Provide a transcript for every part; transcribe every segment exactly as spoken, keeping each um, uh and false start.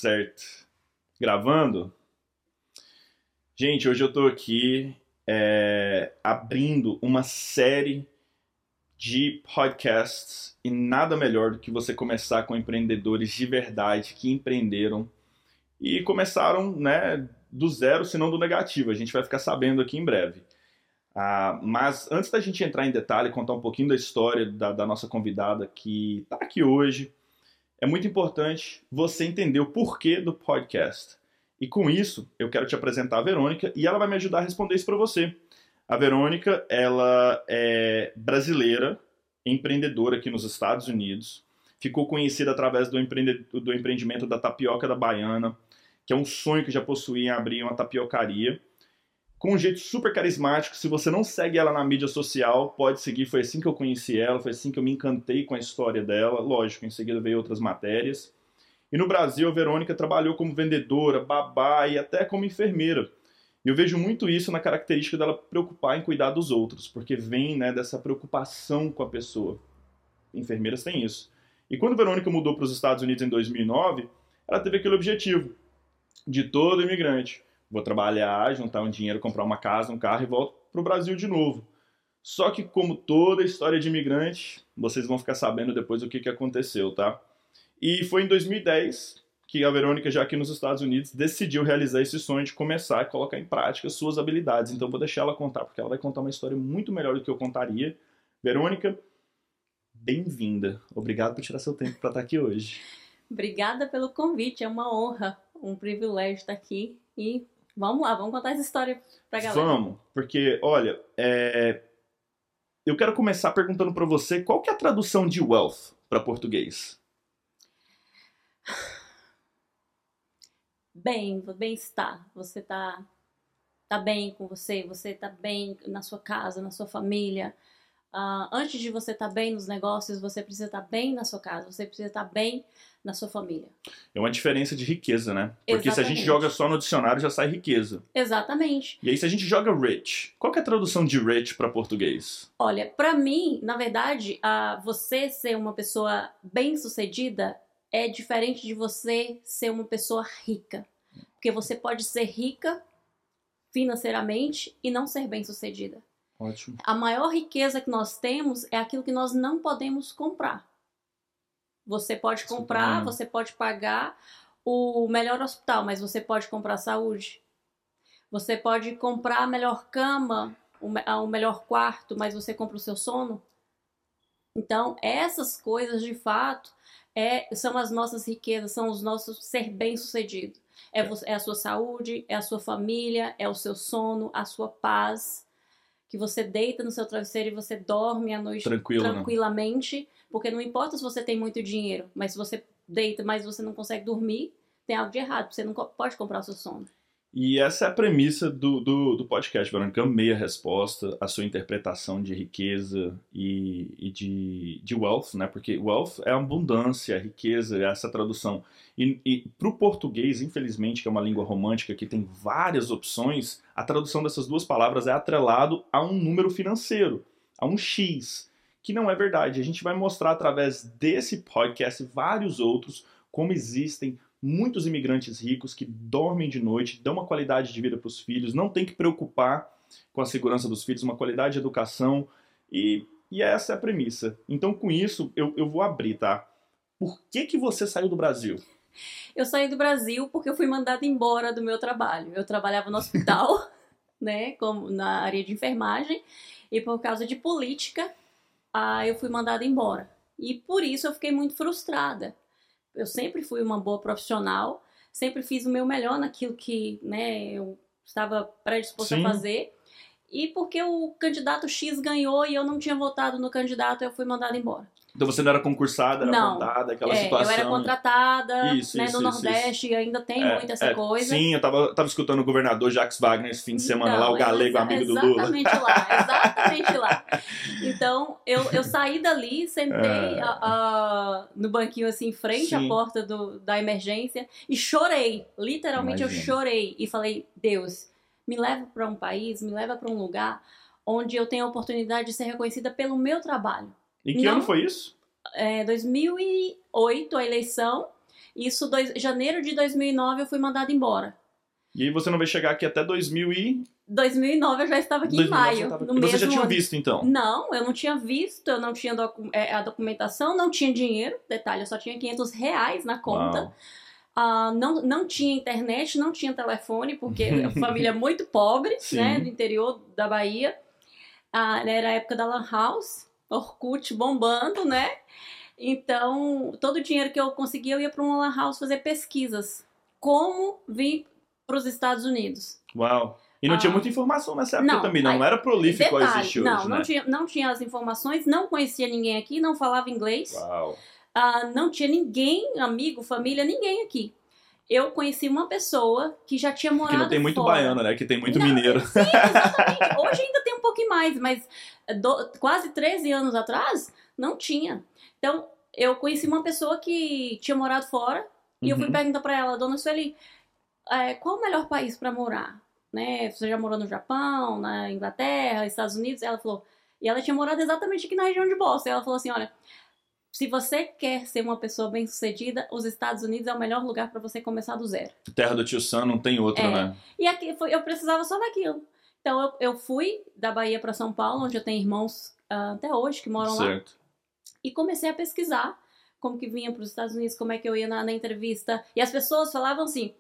certo. Gravando? Gente, hoje eu tô aqui é, abrindo uma série de podcasts e nada melhor do que você começar com empreendedores de verdade que empreenderam e começaram, né, do zero, se não do negativo. A gente vai ficar sabendo aqui em breve. Ah, mas antes da gente entrar em detalhe e contar um pouquinho da história da, da nossa convidada que está aqui hoje, é muito importante você entender o porquê do podcast. E com isso, eu quero te apresentar a Verônica e ela vai me ajudar a responder isso para você. A Verônica, ela é brasileira, empreendedora aqui nos Estados Unidos. Ficou conhecida através do, empreende... do empreendimento da Tapioca da Baiana, que é um sonho que já possuía em abrir uma tapiocaria. Com um jeito super carismático. Se você não segue ela na mídia social, pode seguir. Foi assim que eu conheci ela, foi assim que eu me encantei com a história dela. Lógico, em seguida veio outras matérias. E no Brasil, a Verônica trabalhou como vendedora, babá e até como enfermeira. E eu vejo muito isso na característica dela preocupar em cuidar dos outros, porque vem, né, dessa preocupação com a pessoa. Enfermeiras têm isso. E quando a Verônica mudou para os Estados Unidos em dois mil e nove, ela teve aquele objetivo de todo imigrante. Vou trabalhar, juntar um dinheiro, comprar uma casa, um carro e volto para o Brasil de novo. Só que, como toda história de imigrante, vocês vão ficar sabendo depois o que, que aconteceu, tá? E foi em dois mil e dez que a Verônica, já aqui nos Estados Unidos, decidiu realizar esse sonho de começar a colocar em prática suas habilidades. Então vou deixar ela contar, porque ela vai contar uma história muito melhor do que eu contaria. Verônica, bem-vinda. Obrigado por tirar seu tempo para estar aqui hoje. Obrigada pelo convite, é uma honra, um privilégio estar aqui e... Vamos lá, vamos contar essa história pra galera. Vamos, porque, olha, é... eu quero começar perguntando pra você qual que é a tradução de wealth para português? Bem, bem-estar. Você tá, tá bem com você, você tá bem na sua casa, na sua família. Uh, antes de você estar bem nos negócios, você precisa estar bem na sua casa, você precisa estar bem na sua família. É uma diferença de riqueza, né? Porque Exatamente. Se a gente joga só no dicionário, já sai riqueza. Exatamente. E aí, se a gente joga rich, qual que é a tradução de rich para português? Olha, pra mim, na verdade, uh, você ser uma pessoa bem-sucedida é diferente de você ser uma pessoa rica. Porque você pode ser rica financeiramente e não ser bem-sucedida. Ótimo. A maior riqueza que nós temos é aquilo que nós não podemos comprar. Você pode comprar, Sim. Você pode pagar o melhor hospital, mas você pode comprar saúde. Você pode comprar a melhor cama, o melhor quarto, mas você compra o seu sono. Então, essas coisas, de fato, é, são as nossas riquezas, são os nossos ser bem-sucedido. É, é a sua saúde, é a sua família, é o seu sono, a sua paz. Que você deita no seu travesseiro e você dorme à noite Tranquilo, tranquilamente, né? Porque não importa se você tem muito dinheiro, mas se você deita, mas você não consegue dormir, tem algo de errado, você não pode comprar o seu sono. E essa é a premissa do, do, do podcast, Verônica. Eu amei a resposta, a sua interpretação de riqueza e, e de, de wealth, né? Porque wealth é abundância, riqueza, é essa tradução. E, e para o português, infelizmente, que é uma língua romântica que tem várias opções, a tradução dessas duas palavras é atrelado a um número financeiro, a um X, que não é verdade. A gente vai mostrar através desse podcast e vários outros como existem muitos imigrantes ricos que dormem de noite, dão uma qualidade de vida para os filhos, não tem que preocupar com a segurança dos filhos, uma qualidade de educação, e, e essa é a premissa. Então, com isso, eu, eu vou abrir, tá? Por que que você saiu do Brasil? Eu saí do Brasil porque eu fui mandada embora do meu trabalho. Eu trabalhava no hospital, né, como na área de enfermagem, e por causa de política, ah, eu fui mandada embora. E por isso eu fiquei muito frustrada. Eu sempre fui uma boa profissional, sempre fiz o meu melhor naquilo que, né, eu estava predisposta Sim. a fazer. E porque o candidato X ganhou e eu não tinha votado no candidato, eu fui mandada embora. Então você não era concursada, era não, votada, aquela é, situação. eu era contratada, isso, né, isso, no isso, Nordeste, isso. ainda tem é, muito essa é, coisa. Sim, eu tava, tava escutando o governador Jacques Wagner esse fim de semana então, lá, o galego, é, amigo do Lula. Exatamente lá, exatamente lá. Então, eu, eu saí dali, sentei É. a, a, no banquinho assim, em frente Sim. à porta do, da emergência e chorei, literalmente Imagina. eu chorei e falei, Deus, me leva para um país, me leva para um lugar onde eu tenho a oportunidade de ser reconhecida pelo meu trabalho. E que Não, ano foi isso? É, dois mil e oito, a eleição, Isso, dois, janeiro de dois mil e nove, eu fui mandada embora. E aí você não vai chegar aqui até dois mil e... dois mil e nove eu já estava aqui em maio. Tava... No e você já tinha ano. visto, então? Não, eu não tinha visto, eu não tinha docu... a documentação, não tinha dinheiro. Detalhe, eu só tinha quinhentos reais na conta. Uh, não, não tinha internet, não tinha telefone, porque a família é muito pobre, né, do interior da Bahia. Uh, era a época da Lan House, Orkut bombando, né? Então, todo o dinheiro que eu conseguia, eu ia para uma Lan House fazer pesquisas. Como vir para os Estados Unidos. Uau! E não ah, tinha muita informação nessa época não, também, não, não era prolífico detalhe, a existir não, hoje, não né? Tinha, não tinha as informações, não conhecia ninguém aqui, não falava inglês. Uau! Uh, não tinha ninguém, amigo, família, ninguém aqui. Eu conheci uma pessoa que já tinha morado fora. Que não tem muito fora. baiano, né? Que tem muito não, mineiro. Sim, exatamente. Hoje ainda tem um pouquinho mais, mas do, quase treze anos atrás, não tinha. Então, eu conheci uma pessoa que tinha morado fora uhum. e eu fui perguntar pra ela, dona Sueli, é, qual o melhor país pra morar? Né? Você já morou no Japão, na Inglaterra, Estados Unidos? Ela falou... E ela tinha morado exatamente aqui na região de Boston. Ela falou assim, olha... Se você quer ser uma pessoa bem-sucedida, os Estados Unidos é o melhor lugar para você começar do zero. Terra do tio Sam não tem outra, é. né? E aqui foi, eu precisava só daquilo. Então eu, eu fui da Bahia para São Paulo, onde eu tenho irmãos uh, até hoje que moram certo. lá. E comecei a pesquisar como que vinha para os Estados Unidos, como é que eu ia na, na entrevista. E as pessoas falavam assim,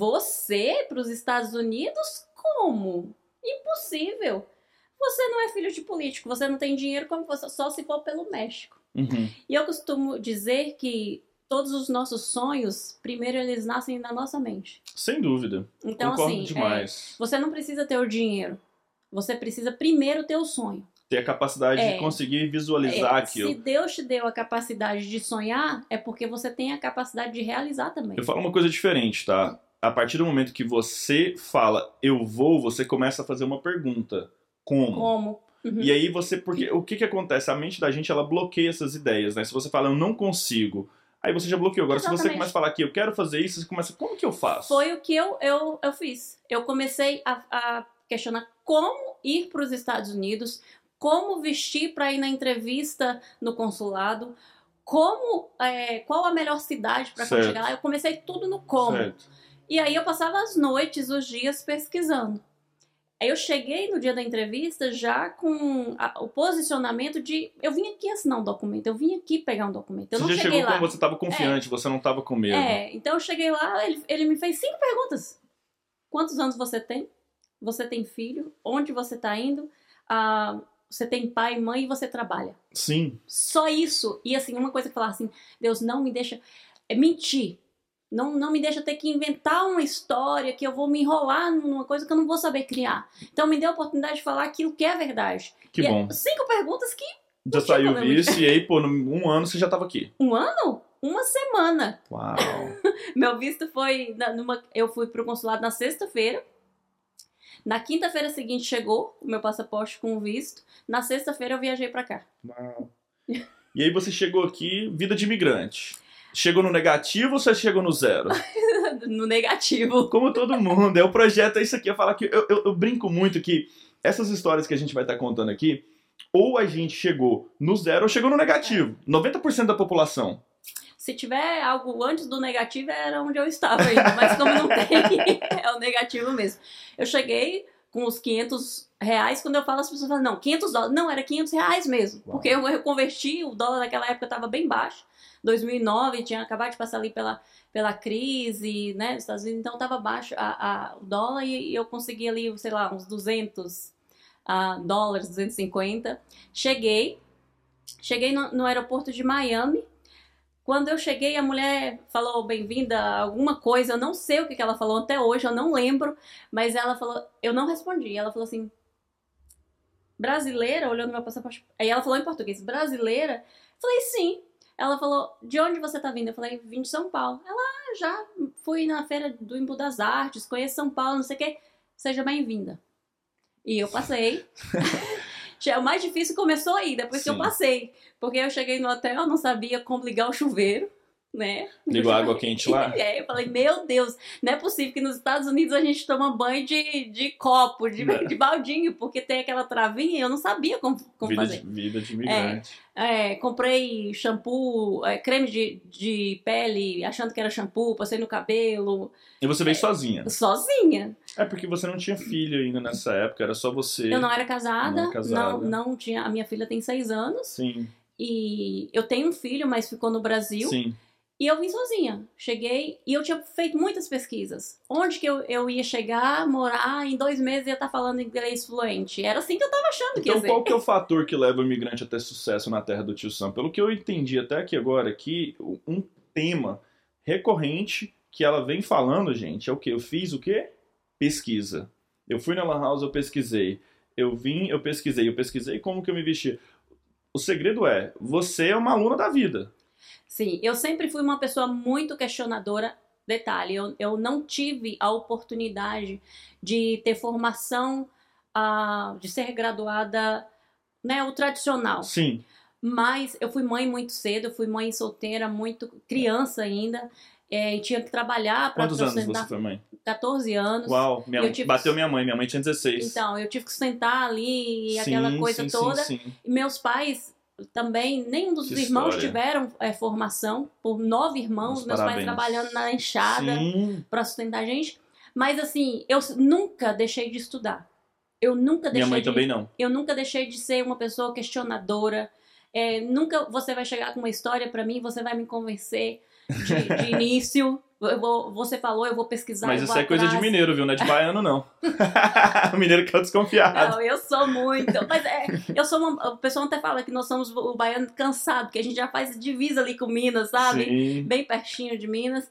você para os Estados Unidos? Como? Impossível. Você não é filho de político, você não tem dinheiro, como você, só se for pelo México. Uhum. E eu costumo dizer que todos os nossos sonhos, primeiro eles nascem na nossa mente. Sem dúvida. Então, concordo assim, demais. É, você não precisa ter o dinheiro. Você precisa primeiro ter o sonho. Ter a capacidade é, de conseguir visualizar é, aquilo. Se Deus te deu a capacidade de sonhar, é porque você tem a capacidade de realizar também. Eu falo uma coisa diferente, tá? A partir do momento que você fala, eu vou, você começa a fazer uma pergunta. Como? Como? Uhum. E aí você, porque o que que acontece? A mente da gente, ela bloqueia essas ideias, né? Se você fala, eu não consigo, aí você já bloqueou. Agora, exatamente. Se você começa a falar que eu quero fazer isso, você começa, como que eu faço? Foi o que eu, eu, eu fiz. Eu comecei a, a questionar como ir para os Estados Unidos, como vestir para ir na entrevista no consulado, como, é, qual a melhor cidade para chegar lá. Eu comecei tudo no como. Certo. E aí eu passava as noites, os dias pesquisando. Aí eu cheguei no dia da entrevista já com a, o posicionamento de... Eu vim aqui assinar um documento, eu vim aqui pegar um documento. Eu você não já cheguei chegou lá. Como você estava confiante, é. Você não estava com medo. É, então eu cheguei lá, ele, ele me fez cinco perguntas. Quantos anos você tem? Você tem filho? Onde você está indo? Ah, você tem pai e mãe e você trabalha. Sim. Só isso. E assim, uma coisa que falar assim, Deus não me deixa... É mentir. Não, não me deixa ter que inventar uma história que eu vou me enrolar numa coisa que eu não vou saber criar. Então me deu a oportunidade de falar aquilo que é verdade. Que e bom. É cinco perguntas que... Já saiu visto e aí, pô, um ano você já estava aqui. Um ano? Uma semana. Uau. Meu visto foi... Numa, eu fui pro consulado na sexta-feira. Na quinta-feira seguinte chegou o meu passaporte com o visto. Na sexta-feira eu viajei pra cá. Uau. E aí você chegou aqui, vida de imigrante. Chegou no negativo ou você chegou no zero? No negativo. Como todo mundo. É o projeto, é isso aqui. Eu falo que eu, eu, eu brinco muito que essas histórias que a gente vai estar contando aqui, ou a gente chegou no zero ou chegou no negativo. É. noventa por cento da população. Se tiver algo antes do negativo, era onde eu estava ainda. Mas como não tem, é o negativo mesmo. Eu cheguei com os quinhentos reais. Quando eu falo, as pessoas falam, não, quinhentos dólares. Não, era quinhentos reais mesmo. Uau. Porque eu, eu converti, o dólar naquela época estava bem baixo. dois mil e nove, tinha acabado de passar ali pela, pela crise, né, dos Estados Unidos, então estava baixo a, a, o dólar e, e eu consegui ali, sei lá, uns duzentos uh, dólares, duzentos e cinquenta. Cheguei, cheguei no, no aeroporto de Miami. Quando eu cheguei, a mulher falou bem-vinda, alguma coisa, eu não sei o que, que ela falou até hoje, eu não lembro, mas ela falou, eu não respondi, ela falou assim, brasileira, olhando meu passaporte, aí ela falou em português, brasileira? Falei, sim. Ela falou, de onde você tá vindo? Eu falei, vim de São Paulo. Ela, ah, já fui na feira do Embu das Artes, conheço São Paulo, não sei o quê. Seja bem-vinda. E eu passei. O mais difícil começou aí, depois Sim. que eu passei. Porque eu cheguei no hotel, não sabia como ligar o chuveiro. né? Ligou água quente lá? É, eu falei, meu Deus, não é possível que nos Estados Unidos a gente toma banho de, de copo, de, de baldinho, porque tem aquela travinha e eu não sabia como, como vida fazer. De, vida de imigrante. É, é, comprei shampoo, é, creme de, de pele, achando que era shampoo, passei no cabelo. E você veio é, sozinha? Sozinha. É porque você não tinha filho ainda nessa época, era só você. Eu não era casada, não, era casada. não, não tinha. A minha filha tem seis anos. Sim. E eu tenho um filho, mas ficou no Brasil. Sim. E eu vim sozinha. Cheguei e eu tinha feito muitas pesquisas. Onde que eu, eu ia chegar, morar, em dois meses ia estar falando inglês fluente. Era assim que eu tava achando que então, ia ser. Então qual que é o fator que leva o imigrante a ter sucesso na terra do Tio Sam? Pelo que eu entendi até aqui agora, que um tema recorrente que ela vem falando, gente, é o quê? Eu fiz o quê? Pesquisa. Eu fui na Lan House, eu pesquisei. Eu vim, eu pesquisei. Eu pesquisei como que eu me vestia. O segredo é, você é uma aluna da vida. Sim, eu sempre fui uma pessoa muito questionadora. Detalhe, eu, eu não tive a oportunidade de ter formação, uh, de ser graduada, né, o tradicional. Sim. Mas eu fui mãe muito cedo, eu fui mãe solteira, muito criança ainda, é, e tinha que trabalhar para Quantos anos você foi mãe? catorze anos. Uau, minha, tive... bateu minha mãe, minha mãe tinha dezesseis. Então, eu tive que sustentar ali, sim, aquela coisa sim, toda. Sim, sim. E meus pais também, nenhum dos que irmãos história. tiveram é, formação, por nove irmãos, Mas meus parabéns. pais trabalhando na enxada para sustentar a gente. Mas assim, eu nunca deixei de estudar. Eu nunca deixei minha mãe de, também não. Eu nunca deixei de ser uma pessoa questionadora. É, nunca você vai chegar com uma história para mim, você vai me convencer de, de início. Eu vou, você falou, eu vou pesquisar. Mas eu isso vou é atrás. coisa de mineiro, viu? Não é de baiano, não. O mineiro que é o desconfiado. Não, eu sou muito. Mas é, eu sou uma. O pessoal até fala que nós somos o baiano cansado, porque a gente já faz divisa ali com Minas, sabe? Sim. Bem pertinho de Minas.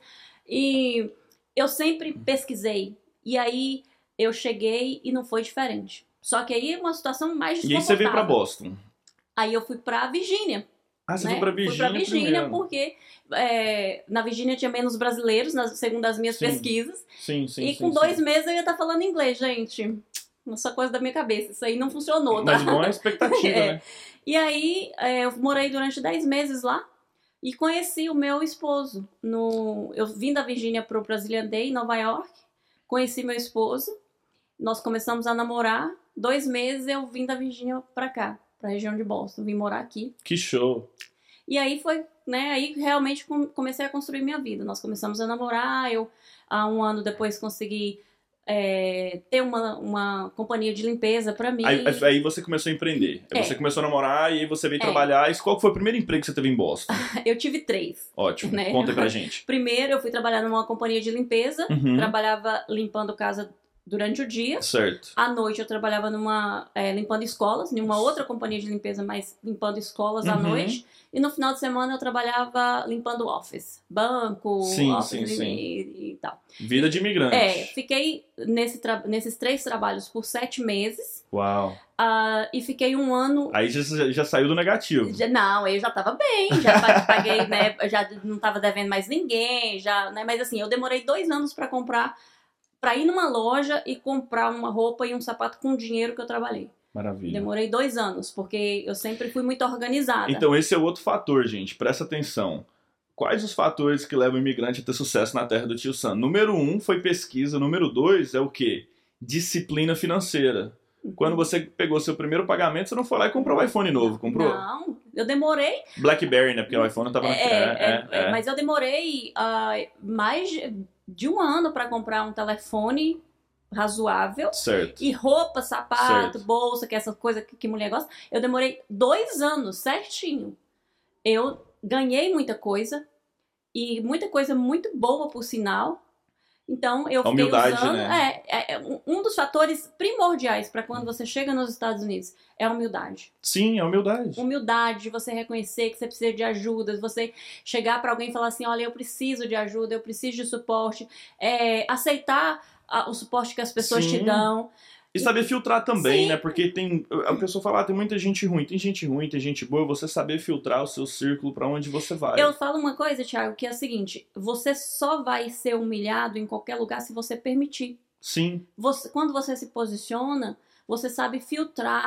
E eu sempre pesquisei. E aí eu cheguei e não foi diferente. Só que aí é uma situação mais desconfortável. E aí você veio pra Boston. Aí eu fui pra Virgínia. Ah, você né? foi pra Virgínia Fui pra Virgínia primeiro. porque é, na Virgínia tinha menos brasileiros, nas, segundo as minhas sim. pesquisas. Sim, sim, E sim, com dois sim. meses eu ia estar falando inglês, gente. Essa coisa da minha cabeça. Isso aí não funcionou, tá? Mas bom é a expectativa, é. né? E aí é, eu morei durante dez meses lá e conheci o meu esposo. No, eu vim da Virgínia pro Brazilian Day, em Nova York. Conheci meu esposo. Nós começamos a namorar. Dois meses eu vim da Virgínia pra cá, pra região de Boston. Vim morar aqui. Que show! E aí foi, né, aí realmente comecei a construir minha vida. Nós começamos a namorar, eu há um ano depois consegui é, ter uma, uma companhia de limpeza pra mim. Aí, aí você começou a empreender. Aí É. você começou a namorar e aí você veio É. trabalhar. E qual foi o primeiro emprego que você teve em Boston? Eu tive três. Ótimo, Né? conta aí pra gente. Primeiro eu fui trabalhar numa companhia de limpeza, Uhum. trabalhava limpando casa durante o dia. Certo. À noite eu trabalhava numa é, limpando escolas, em uma outra companhia de limpeza, mas limpando escolas Uhum. à noite. E no final de semana eu trabalhava limpando office, banco, Sim, office sim, e, sim. E, e tal. Vida de imigrante. É, fiquei nesse tra- nesses três trabalhos por sete meses. Uau. Uh, e fiquei um ano... Aí já, já saiu do negativo. Já, não, eu já tava bem, já paguei, né, já não tava devendo mais ninguém, já, né, mas assim, eu demorei dois anos pra comprar, pra ir numa loja e comprar uma roupa e um sapato com o dinheiro que eu trabalhei. Maravilha. Demorei dois anos, porque eu sempre fui muito organizada. Então esse é o outro fator, gente. Presta atenção. Quais os fatores que levam o imigrante a ter sucesso na terra do Tio Sam? Número um foi pesquisa. Número dois é o quê? Disciplina financeira. Quando você pegou seu primeiro pagamento, você não foi lá e comprou um iPhone novo, comprou? Não, eu demorei... BlackBerry, né? Porque o iPhone não tava... Na... É, É, é, é, é. Mas eu demorei uh, mais de um ano pra comprar um telefone razoável. Certo. E roupa, sapato, Certo. bolsa, que é essa coisa que, que mulher gosta. Eu demorei dois anos certinho. Eu ganhei muita coisa. E muita coisa muito boa, por sinal. Então, eu A fiquei humildade, usando... né? É, é, um- um dos fatores primordiais para quando você chega nos Estados Unidos é a humildade. Sim, é humildade. Humildade, de você reconhecer que você precisa de ajuda, de você chegar para alguém e falar assim, olha, eu preciso de ajuda, eu preciso de suporte. É, aceitar a- o suporte que as pessoas Sim. te dão. E saber filtrar também, Sim. né? Porque tem... A pessoa fala, ah, tem muita gente ruim. Tem gente ruim, tem gente boa. Você saber filtrar o seu círculo pra onde você vai. Eu falo uma coisa, Thiago, que é a seguinte, você só vai ser humilhado em qualquer lugar se você permitir. Sim. Você, quando você se posiciona, você sabe filtrar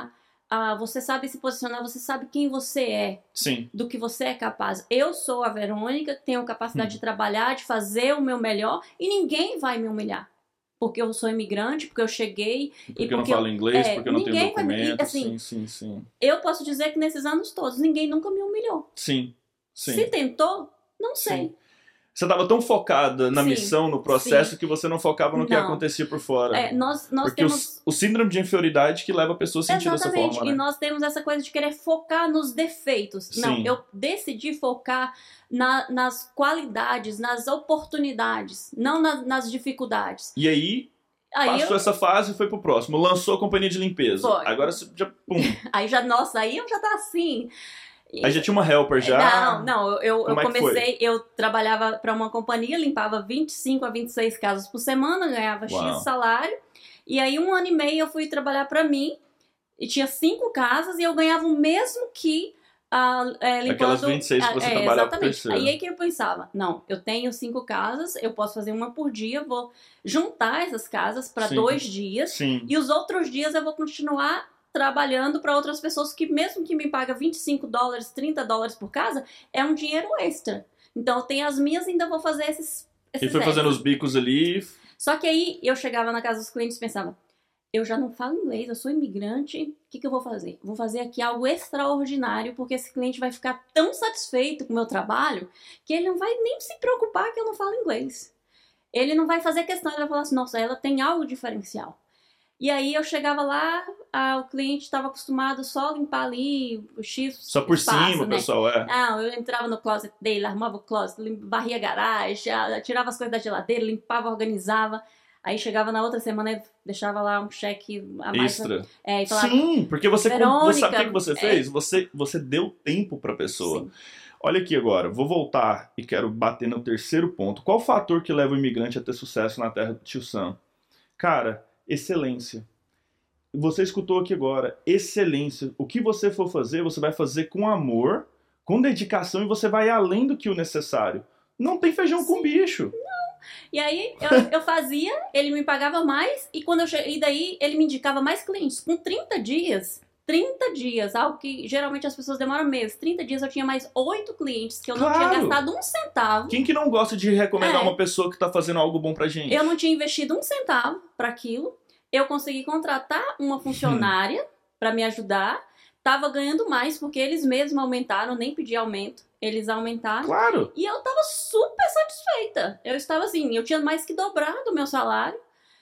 ah, você sabe se posicionar, você sabe quem você é, Sim. do que você é capaz. Eu sou a Verônica, que tenho capacidade Hum. de trabalhar, de fazer o meu melhor, e ninguém vai me humilhar. Porque eu sou imigrante, porque eu cheguei... Porque, e porque eu não falo eu, inglês, é, porque eu não tenho ninguém vai me- documento. assim, sim, sim, sim. Eu posso dizer que nesses anos todos, ninguém nunca me humilhou. Sim, sim. Se tentou, não sei. Sim. Você estava tão focada na Sim, missão, no processo, sim. que você não focava no que Não. acontecia por fora. É, nós, nós Porque temos... o, o síndrome de inferioridade que leva a pessoa a sentir dessa Exatamente, forma, né? e nós temos essa coisa de querer focar nos defeitos. Sim. Não, eu decidi focar na- nas qualidades, nas oportunidades, não na- nas dificuldades. E aí, Aí, passou eu, essa fase e foi pro próximo. Lançou a companhia de limpeza. Foi. Agora você já... Pum. aí já, nossa, aí eu já tá assim. E- Aí já tinha uma helper já. Não, não, eu, eu Como é que comecei, eu trabalhava para uma companhia, limpava vinte e cinco a vinte e seis casas por semana, ganhava Uau. X salário. E aí um ano e meio eu fui trabalhar para mim, e tinha cinco casas, e eu ganhava o mesmo que ah, é, limpando... Aquelas vinte e seis que você é, trabalhava pro exatamente. terceiro. Aí é que eu pensava, não, eu tenho cinco casas, eu posso fazer uma por dia, vou juntar essas casas para Sim. dois dias, Sim. e os outros dias eu vou continuar trabalhando para outras pessoas que, mesmo que me paga vinte e cinco dólares, trinta dólares por casa, é um dinheiro extra. Então eu tenho as minhas e ainda vou fazer esses, esses E foi fazendo extras. os bicos ali. Só que aí eu chegava na casa dos clientes e pensava, eu já não falo inglês, eu sou imigrante, o que, que eu vou fazer? Vou fazer aqui algo extraordinário, porque esse cliente vai ficar tão satisfeito com o meu trabalho que ele não vai nem se preocupar que eu não falo inglês. Ele não vai fazer questão, ele vai falar assim, nossa, ela tem algo diferencial. E aí eu chegava lá, ah, o cliente estava acostumado só a limpar ali o X Só por espaço, cima, né? pessoal, é. Ah, eu entrava no closet dele, arrumava o closet, lim- varria a garagem, ah, tirava as coisas da geladeira, limpava, organizava. Aí chegava na outra semana e deixava lá um cheque a mais. Extra. É, e falava, Sim, porque você... Verônica, você sabe o que que você é- fez? Você, você deu tempo pra pessoa. sim, Olha aqui agora, vou voltar e quero bater no terceiro ponto. Qual o fator que leva o imigrante a ter sucesso na terra do Tio Sam? Cara, excelência. Você escutou aqui agora, excelência. O que você for fazer, você vai fazer com amor, com dedicação, e você vai além do que o necessário. Não tem feijão com bicho. E aí eu, eu fazia, ele me pagava mais, e quando eu che... e daí ele me indicava mais clientes. Com trinta dias, trinta dias, algo que geralmente as pessoas demoram meses. trinta dias eu tinha mais oito clientes que eu não Claro. tinha gastado um centavo. Quem que não gosta de recomendar É. uma pessoa que tá fazendo algo bom pra gente? Eu não tinha investido um centavo para aquilo. Eu consegui contratar uma funcionária para me ajudar. Tava ganhando mais porque eles mesmos aumentaram, nem pedi aumento. Eles aumentaram. Claro. E eu tava super satisfeita. Eu estava assim, eu tinha mais que dobrado o meu salário.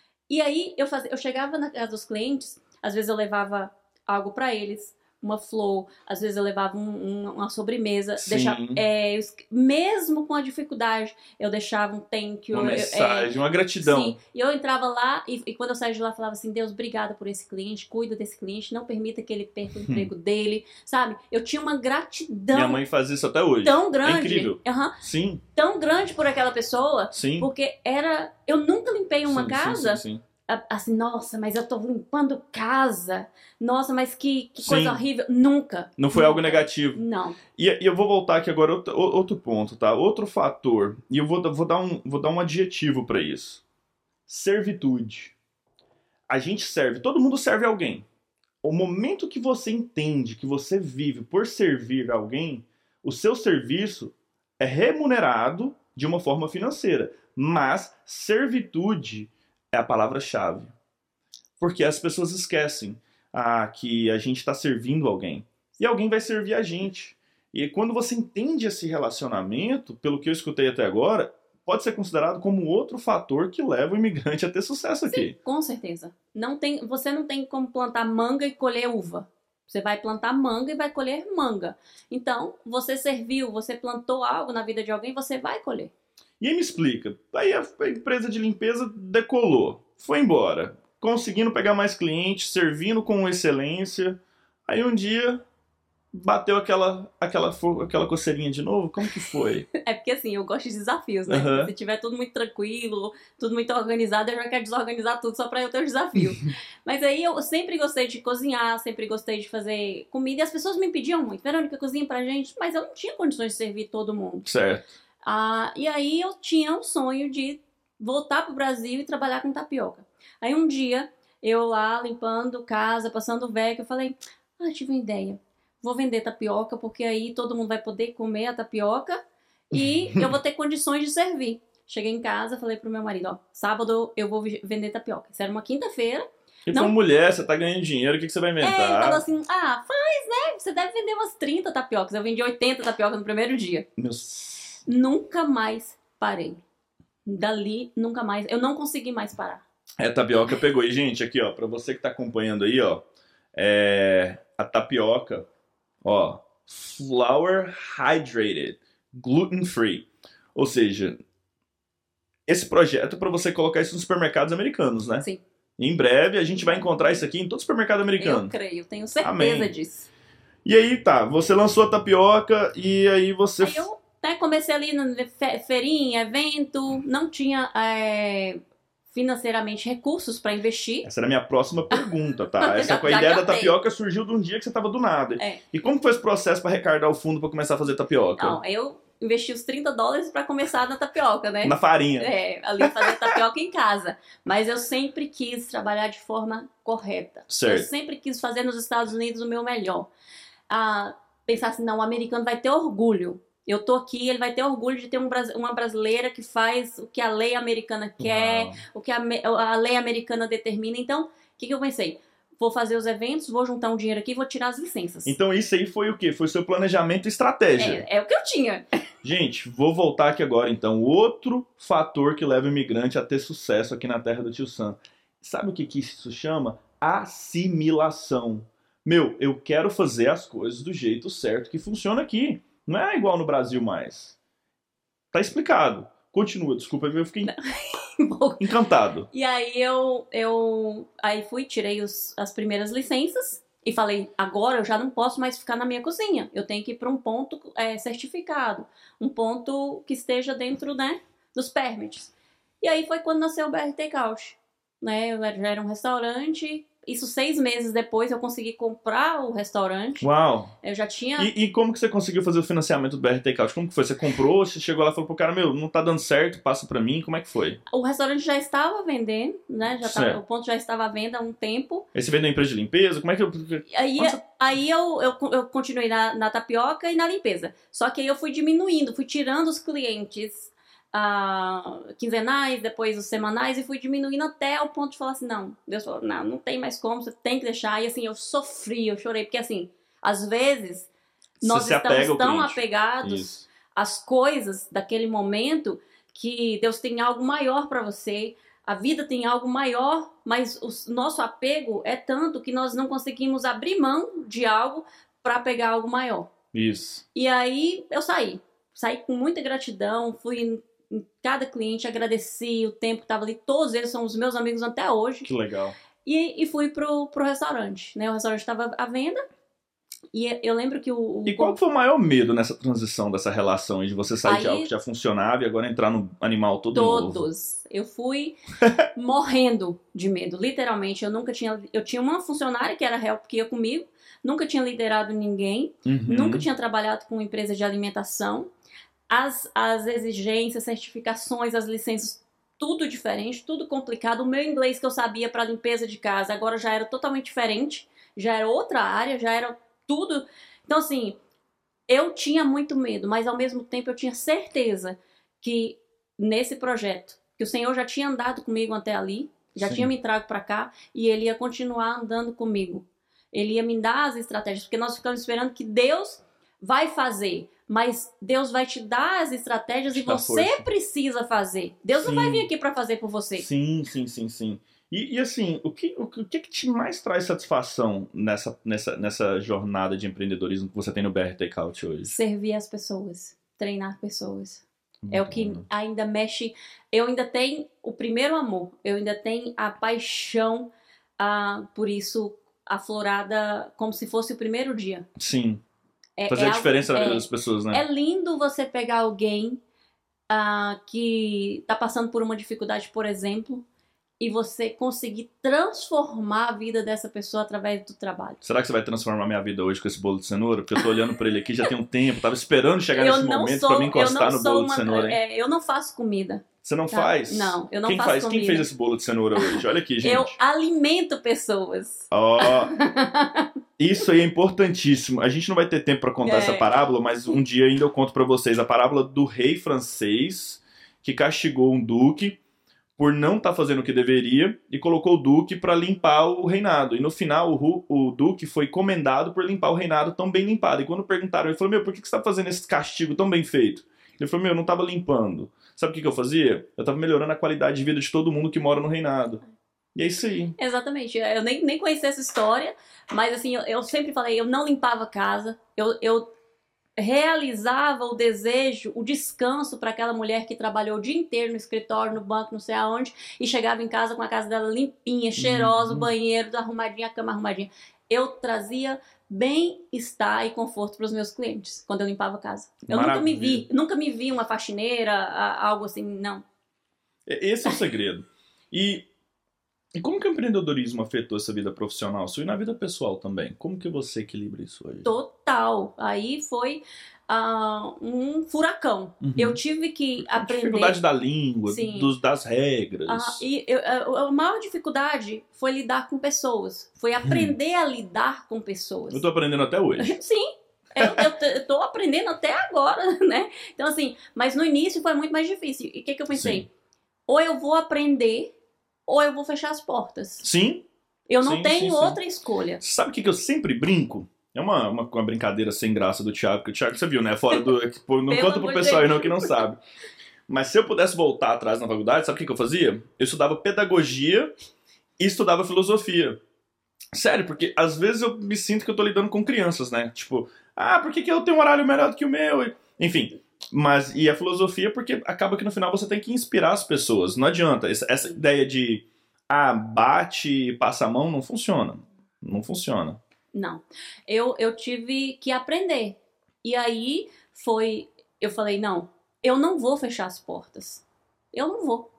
E aí eu fazia, eu chegava na casa dos clientes, às vezes eu levava algo para eles, uma flor, às vezes eu levava um- um- uma sobremesa, Sim. deixava, é, eu es- mesmo com a dificuldade, eu deixava um thank you. Uma eu- é, mensagem, uma gratidão. Sim, e eu entrava lá e, e quando eu saía de lá, eu falava assim, Deus, obrigada por esse cliente, cuida desse cliente, não permita que ele perca o emprego dele, sabe? Eu tinha uma gratidão Minha mãe faz isso até hoje. tão grande, É incrível. aham, Sim, tão grande por aquela pessoa, sim. porque era, eu nunca limpei uma Sim, casa, Sim, sim, sim. a- assim, nossa, mas eu tô limpando casa, nossa, mas que, que Sim. coisa horrível, nunca. Não foi nunca. algo negativo. Não, E, e eu vou voltar aqui agora outro, outro ponto, tá? Outro fator. E eu vou, vou, dar, um, vou dar um adjetivo pra isso. Servitude. A gente serve, todo mundo serve alguém. O momento que você entende que você vive por servir alguém, o seu serviço é remunerado de uma forma financeira. Mas servitude é a palavra-chave. Porque as pessoas esquecem ah, que a gente está servindo alguém. E alguém vai servir a gente. E quando você entende esse relacionamento, pelo que eu escutei até agora, pode ser considerado como outro fator que leva o imigrante a ter sucesso aqui. com certeza. Não tem, você não tem como plantar manga e colher uva. Você vai plantar manga e vai colher manga. Então, você serviu, você plantou algo na vida de alguém, você vai colher. E aí me explica, aí a a empresa de limpeza decolou, foi embora, conseguindo pegar mais clientes, servindo com excelência, aí um dia bateu aquela, aquela, fo- aquela coceirinha de novo, como que foi? É porque assim, eu gosto de desafios, né? Aham. Se tiver tudo muito tranquilo, tudo muito organizado, eu já quero desorganizar tudo só pra eu ter os desafios. Mas aí eu sempre gostei de cozinhar, sempre gostei de fazer comida. E as pessoas me pediam muito, Verônica, cozinha pra gente. Mas eu não tinha condições de servir todo mundo. Certo. Ah, e aí eu tinha o sonho de voltar pro Brasil e trabalhar com tapioca. Aí um dia, eu lá limpando casa, passando vac, eu falei... Ah, tive uma ideia. Vou vender tapioca, porque aí todo mundo vai poder comer a tapioca e eu vou ter condições de servir. Cheguei em casa, falei pro meu marido, ó, sábado eu vou vender tapioca. Isso era uma quinta-feira. E Não... como mulher, você tá ganhando dinheiro, o que, que você vai inventar? É, ele falou assim, ah, faz, né? Você deve vender umas trinta tapiocas. Eu vendi oitenta tapiocas no primeiro dia. Meus... Nunca mais parei. Dali, nunca mais. Eu não consegui mais parar. É, tapioca pegou. E, gente, aqui, ó, pra você que tá acompanhando aí, ó, é... a tapioca, ó, flour hydrated, gluten free. Ou seja, esse projeto é pra você colocar isso nos supermercados americanos, né? Sim. Em breve a gente vai encontrar isso aqui em todo supermercado americano. Eu creio, tenho certeza Amém. disso. E aí, tá, você lançou a tapioca e aí você... Aí eu até comecei ali na fe- feirinha, evento, não tinha é, financeiramente recursos para investir. Essa era a minha próxima pergunta, tá? Essa Já- com a já ideia da captei. tapioca surgiu de um dia que você tava do nada. É. E como foi esse processo pra arrecadar o fundo pra começar a fazer tapioca? Não, eu investi os trinta dólares para começar na tapioca, né? Na farinha. É, ali fazer tapioca em casa. Mas eu sempre quis trabalhar de forma correta. Certo. Eu sempre quis fazer nos Estados Unidos o meu melhor. Ah, pensar assim, não, o americano vai ter orgulho. Eu tô aqui, ele vai ter orgulho de ter um, bras- uma brasileira que faz o que a lei americana quer, Uau. o que a, me- a lei americana determina. Então, o que, que eu pensei? Vou fazer os eventos, vou juntar um dinheiro aqui e vou tirar as licenças. Então isso aí foi o quê? Foi o seu planejamento e estratégia. É, é o que eu tinha. Gente, vou voltar aqui agora então. Outro fator que leva o imigrante a ter sucesso aqui na terra do Tio Sam. Sabe o que, que isso chama? Assimilação. Meu, eu quero fazer as coisas do jeito certo que funciona aqui. Não é igual no Brasil mais. Tá explicado. Continua, desculpa, eu fiquei encantado. E aí eu, eu aí fui, tirei os, as primeiras licenças e falei, agora eu já não posso mais ficar na minha cozinha. Eu tenho que ir para um ponto é, certificado, um ponto que esteja dentro, né, dos permits. E aí foi quando nasceu o B R Takeout. Né? Eu era- já era um restaurante. Isso seis meses depois eu consegui comprar o restaurante. Uau! Eu já tinha... E, e como que você conseguiu fazer o financiamento do B R Takeout? Como que foi? Você comprou, você chegou lá e falou pro cara, meu, não tá dando certo, passa pra mim, como é que foi? O restaurante já estava vendendo, né? Já tava- Certo. o ponto já estava à venda há um tempo. Aí você vendeu empresa de limpeza, como é que eu... Aí, Onde você- aí eu, eu, eu continuei na, na tapioca e na limpeza. Só que aí eu fui diminuindo, fui tirando os clientes ah, quinzenais, depois os semanais, e fui diminuindo até ao ponto de falar assim, não, Deus falou, não, não tem mais como, você tem que deixar. E assim, eu sofri, eu chorei, porque assim, às vezes nós Você se apega estamos ao tão cliente. apegados Isso. às coisas daquele momento que Deus tem algo maior para você, a vida tem algo maior, mas o nosso apego é tanto que nós não conseguimos abrir mão de algo para pegar algo maior. Isso. E aí eu saí, saí com muita gratidão, fui em, em cada cliente, agradeci o tempo que estava ali, todos eles são os meus amigos até hoje, Que legal. e, e fui pro, pro restaurante, né? O restaurante estava à venda, e eu lembro que o... o E qual foi o maior medo nessa transição, dessa relação aí, de você sair Aí- de algo que já funcionava e agora entrar no animal todo novo? Todos. Eu fui morrendo de medo, literalmente. Eu nunca tinha. Eu tinha uma funcionária que era help que ia comigo, nunca tinha liderado ninguém, Uhum. nunca tinha trabalhado com empresa de alimentação. As, as exigências, certificações, as licenças, tudo diferente, tudo complicado. O meu inglês que eu sabia para limpeza de casa agora já era totalmente diferente, já era outra área, já era tudo. Então, assim, eu tinha muito medo, mas ao mesmo tempo eu tinha certeza que nesse projeto, que o Senhor já tinha andado comigo até ali, já Sim. tinha me trago para cá e Ele ia continuar andando comigo. Ele ia me dar as estratégias, porque nós ficamos esperando que Deus vai fazer, mas Deus vai te dar as estratégias Te e dá você força. precisa fazer. Deus Sim. não vai vir aqui para fazer por você. Sim, sim, sim, sim. E, e assim, o que, o, que- o que que te mais traz satisfação nessa, nessa, nessa jornada de empreendedorismo que você tem no B R Takeout hoje? Servir as pessoas, treinar pessoas. É o Muito que bom. ainda mexe. Eu ainda tenho o primeiro amor, eu ainda tenho a paixão ah, por isso aflorada como se fosse o primeiro dia. Sim, É, fazer é a algo- diferença na é, vida das pessoas, né? É lindo você pegar alguém ah, que está passando por uma dificuldade, por exemplo, e você conseguir transformar a vida dessa pessoa através do trabalho. Será que você vai transformar minha vida hoje com esse bolo de cenoura? Porque eu tô olhando pra ele aqui já tem um tempo, tava esperando chegar eu nesse não momento sou, pra me eu encostar não no sou bolo uma, de cenoura, hein? é, eu não faço comida. Você não tá? faz? Não, eu não Quem faço faz? Quem comida. fez esse bolo de cenoura hoje? Olha aqui, gente. Eu alimento pessoas. Ó, Isso aí é importantíssimo. A gente não vai ter tempo para contar É. essa parábola, mas um dia ainda eu conto para vocês a parábola do rei francês que castigou um duque por não estar fazendo o que deveria e colocou o duque para limpar o reinado. E no final, o, ru- o duque foi comendado por limpar o reinado tão bem limpado. E quando perguntaram, ele falou: Meu, por que que você está fazendo esse castigo tão bem feito? Ele falou: Meu, eu não estava limpando. Sabe o que que eu fazia? Eu estava melhorando a qualidade de vida de todo mundo que mora no reinado. E é isso aí. Exatamente. Eu nem, nem conhecia essa história, mas assim, eu, eu sempre falei, eu não limpava a casa, eu, eu realizava o desejo, o descanso para aquela mulher que trabalhou o dia inteiro no escritório, no banco, não sei aonde, e chegava em casa com a casa dela limpinha, cheirosa, o Uhum. banheiro arrumadinho, a cama arrumadinha. Eu trazia bem-estar e conforto para os meus clientes quando eu limpava a casa. Eu nunca me vi, Maravilha. nunca me vi uma faxineira, a- algo assim, não. E- Esse é o segredo. E, e como que o empreendedorismo afetou essa vida profissional sua e na vida pessoal também? Como que você equilibra isso hoje? Total. Aí foi ah, um furacão. Uhum. Eu tive que A aprender. dificuldade da língua, Sim. dos, das regras. Ah, e eu- a a maior dificuldade foi lidar com pessoas. Foi aprender a lidar com pessoas. Eu tô aprendendo até hoje. Sim. Eu, eu, t- eu tô aprendendo até agora, né? Então, assim, mas no início foi muito mais difícil. E o que, que eu pensei? Sim. Ou eu vou aprender, ou eu vou fechar as portas. Sim. Eu não Sim, tenho sim, sim. outra escolha. Sabe o que, que eu sempre brinco? É uma, uma, uma brincadeira sem graça do Thiago, que o Thiago, você viu, né? Fora do. é que, pô, não Pelo conta pro amor de pessoal aí Deus. não que não sabe. Mas se eu pudesse voltar atrás na faculdade, sabe o que, que eu fazia? Eu estudava pedagogia e estudava filosofia. Sério, porque às vezes eu me sinto que eu tô lidando com crianças, né? Tipo, ah, por que, que eu tenho um horário melhor do que o meu? E- Enfim. Mas, e a filosofia, porque acaba que no final você tem que inspirar as pessoas. Não adianta. Essa, essa ideia de, ah, bate e passa a mão, não funciona. Não funciona. Não. Eu, eu tive que aprender. E aí foi. Eu falei, não, eu não vou fechar as portas. Eu não vou.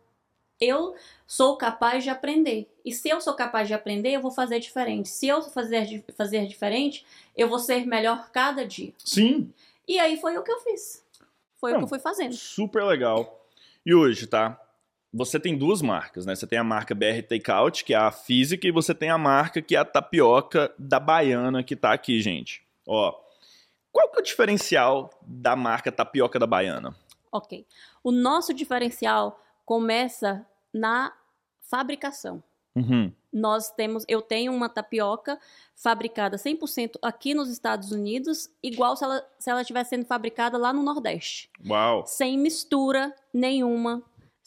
Eu sou capaz de aprender. E se eu sou capaz de aprender, eu vou fazer diferente. Se eu fazer, di- fazer diferente, eu vou ser melhor cada dia. Sim, E aí foi o que eu fiz. Foi o Não. que eu fui fazendo. super legal. E hoje, tá? Você tem duas marcas, né? Você tem a marca B R Takeout, que é a física, e você tem a marca que é a tapioca da Baiana, que tá aqui, gente. Ó, qual que é o diferencial da marca tapioca da Baiana? Ok. O nosso diferencial começa na fabricação. Uhum. Nós temos, eu tenho uma tapioca fabricada cem por cento aqui nos Estados Unidos, igual se ela se ela estivesse sendo fabricada lá no Nordeste. Uau. Sem mistura nenhuma,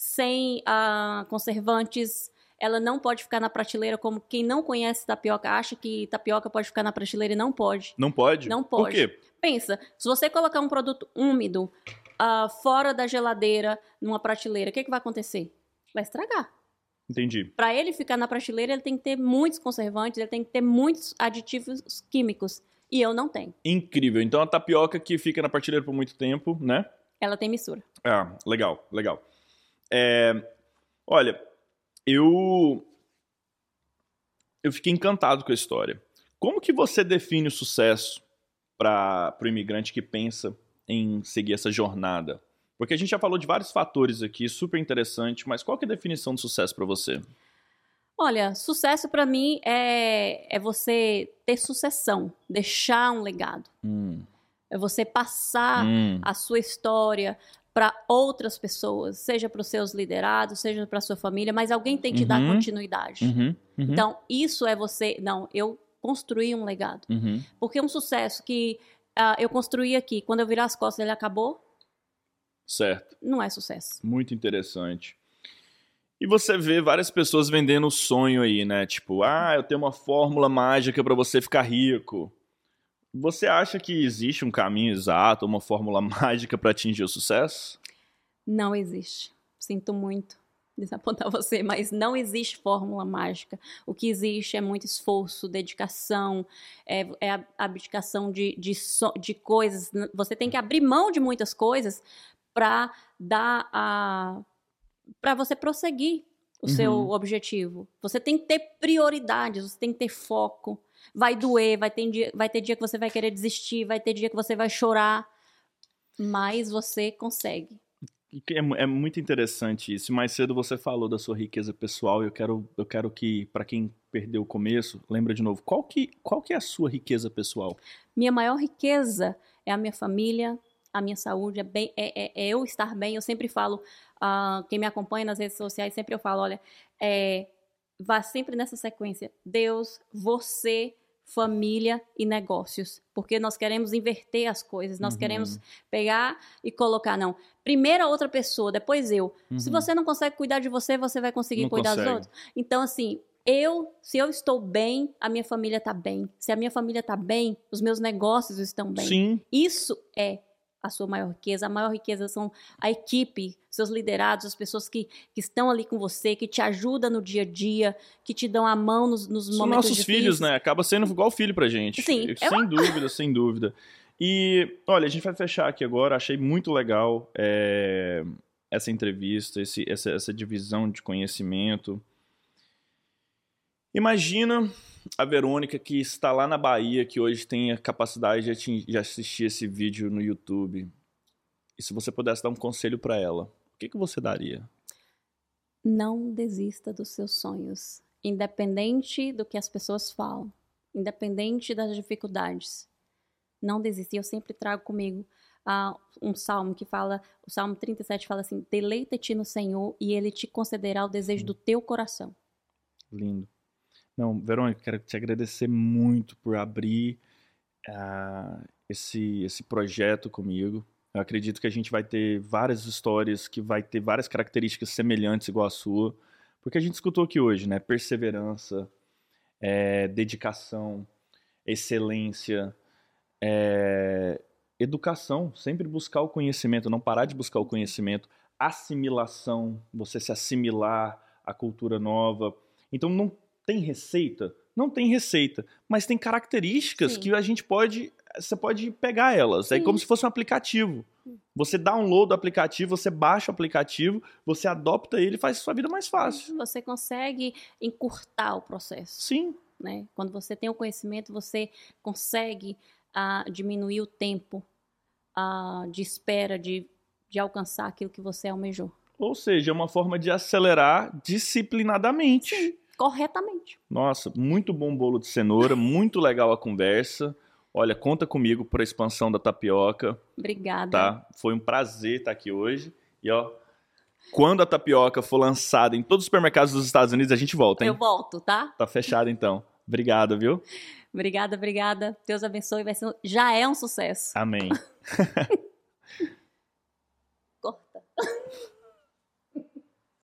sem ah, conservantes. Ela não pode ficar na prateleira, como quem não conhece tapioca acha que tapioca pode ficar na prateleira e não pode. Não pode? Não Por pode. quê? Pensa, se você colocar um produto úmido ah, fora da geladeira, numa prateleira, o que, que vai acontecer? Vai estragar. Entendi. Para ele ficar na prateleira, ele tem que ter muitos conservantes, ele tem que ter muitos aditivos químicos. E eu não tenho. Incrível. Então a tapioca que fica na prateleira por muito tempo, né? Ela tem mistura. Ah, legal, legal. É, olha, eu eu fiquei encantado com a história. Como que você define o sucesso para o imigrante que pensa em seguir essa jornada? Porque a gente já falou de vários fatores aqui, super interessante, mas qual que é a definição de sucesso para você? Olha, sucesso para mim é, é você ter sucessão, deixar um legado. Hum, É você passar hum, a sua história para outras pessoas, seja para os seus liderados, seja para a sua família, mas alguém tem que Uhum. dar continuidade. uhum, uhum, Então, isso é você... Não, eu construí um legado. uhum. Porque um sucesso que ah, eu construí aqui, quando eu virar as costas ele acabou, Certo. não é sucesso. Muito interessante. E você vê várias pessoas vendendo o sonho aí, né? Tipo, ah, eu tenho uma fórmula mágica para você ficar rico. Você acha que existe um caminho exato, uma fórmula mágica para atingir o sucesso? Não existe. Sinto muito desapontar você, mas não existe fórmula mágica. O que existe é muito esforço, dedicação, é, é a abdicação de, de, so, de coisas. Você tem que abrir mão de muitas coisas para dar a para você prosseguir o Uhum. seu objetivo. Você tem que ter prioridades, você tem que ter foco. Vai doer, vai ter, dia, vai ter dia que você vai querer desistir, vai ter dia que você vai chorar, mas você consegue. É, é muito interessante isso. Mais cedo você falou da sua riqueza pessoal. Eu quero, eu quero que, para quem perdeu o começo, lembra de novo. Qual que, qual que é a sua riqueza pessoal? Minha maior riqueza é a minha família, a minha saúde, é, bem, é, é, é eu estar bem. Eu sempre falo, uh, quem me acompanha nas redes sociais, sempre eu falo, olha, é, vá sempre nessa sequência. Deus, você, família e negócios, porque nós queremos inverter as coisas, nós uhum. queremos pegar e colocar, não, primeiro a outra pessoa, depois eu. Uhum. Se você não consegue cuidar de você, você vai conseguir não cuidar consegue. dos outros? Então, assim, eu, se eu estou bem, a minha família está bem. Se a minha família está bem, os meus negócios estão bem. Sim. Isso é a sua maior riqueza. A maior riqueza são a equipe, seus liderados, as pessoas que, que estão ali com você, que te ajudam no dia a dia, que te dão a mão nos, nos São momentos nossos difíceis. filhos, né? Acaba sendo igual filho pra gente. Sim. Sem eu... dúvida, sem dúvida. E, olha, a gente vai fechar aqui agora. Achei muito legal é, essa entrevista, esse, essa, essa divisão de conhecimento. Imagina a Verônica que está lá na Bahia, que hoje tem a capacidade de, atingir, de assistir esse vídeo no YouTube. E se você pudesse dar um conselho para ela, o que, que você daria? Não desista dos seus sonhos, independente do que as pessoas falam, independente das dificuldades. Não desista. Eu sempre trago comigo uh, um salmo que fala, o Salmo trinta e sete fala assim, deleita-te no Senhor e Ele te concederá o desejo do teu coração. Lindo. Não, Verônica, quero te agradecer muito por abrir uh, esse, esse projeto comigo. Eu acredito que a gente vai ter várias histórias que vai ter várias características semelhantes igual a sua, porque a gente escutou aqui hoje, né? Perseverança, é, dedicação, excelência, é, educação, sempre buscar o conhecimento, não parar de buscar o conhecimento, assimilação, você se assimilar à cultura nova. Então não tem receita? Não tem receita, mas tem características Sim. que a gente pode, você pode pegar elas, Sim. é como se fosse um aplicativo. Você download o aplicativo, você baixa o aplicativo, você adopta ele e faz a sua vida mais fácil. Você consegue encurtar o processo. Sim. Né? Quando você tem o conhecimento, você consegue uh, diminuir o tempo uh, de espera, de, de alcançar aquilo que você almejou. Ou seja, é uma forma de acelerar disciplinadamente. Sim. Corretamente. Nossa, muito bom bolo de cenoura, muito legal a conversa. Olha, conta comigo para a expansão da tapioca. Obrigada. Tá? Foi um prazer estar aqui hoje. E ó, quando a tapioca for lançada em todos os supermercados dos Estados Unidos, a gente volta, hein? Eu volto, tá? Tá fechado então. Obrigado, viu? Obrigada, obrigada. Deus abençoe. Vai ser, já é um sucesso. Amém. Corta.